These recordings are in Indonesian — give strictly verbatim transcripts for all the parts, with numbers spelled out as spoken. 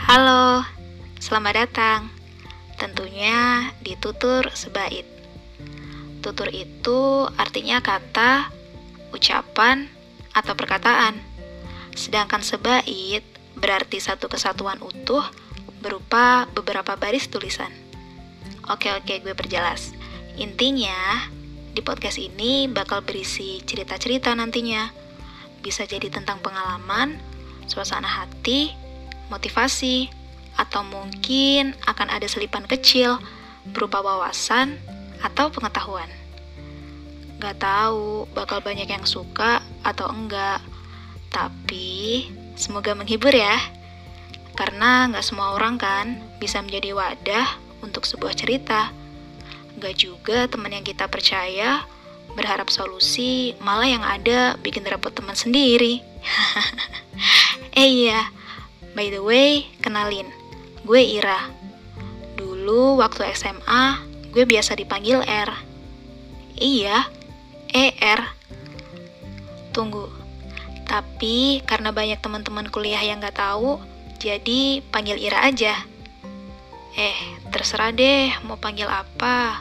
Halo, selamat datang. Tentunya di Tutur Sebait. Tutur itu artinya kata, ucapan, atau perkataan. Sedangkan sebait berarti satu kesatuan utuh berupa beberapa baris tulisan. Oke oke, gue perjelas. Intinya, di podcast ini bakal berisi cerita-cerita nantinya. Bisa jadi tentang pengalaman, suasana hati, motivasi, atau mungkin akan ada selipan kecil berupa wawasan atau pengetahuan. Gak tahu bakal banyak yang suka atau enggak, tapi semoga menghibur ya. Karena gak semua orang kan bisa menjadi wadah untuk sebuah cerita. Gak juga teman yang kita percaya berharap solusi, malah yang ada bikin repot teman sendiri. Eh iya, by the way, kenalin, gue Ira. Dulu waktu S M A, gue biasa dipanggil R. Iya, E R. Tunggu, tapi karena banyak teman-teman kuliah yang gak tahu, jadi panggil Ira aja. Eh, terserah deh mau panggil apa.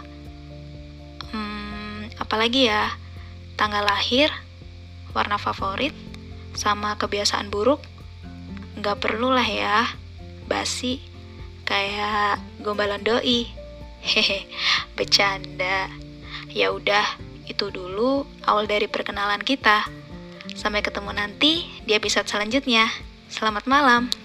Hmm, apalagi ya? Tanggal lahir, warna favorit, sama kebiasaan buruk. Gak perlu lah ya, basi, kayak gombalan doi. Hehe, bercanda. Ya udah, itu dulu awal dari perkenalan kita. Sampai ketemu nanti di episode selanjutnya. Selamat malam.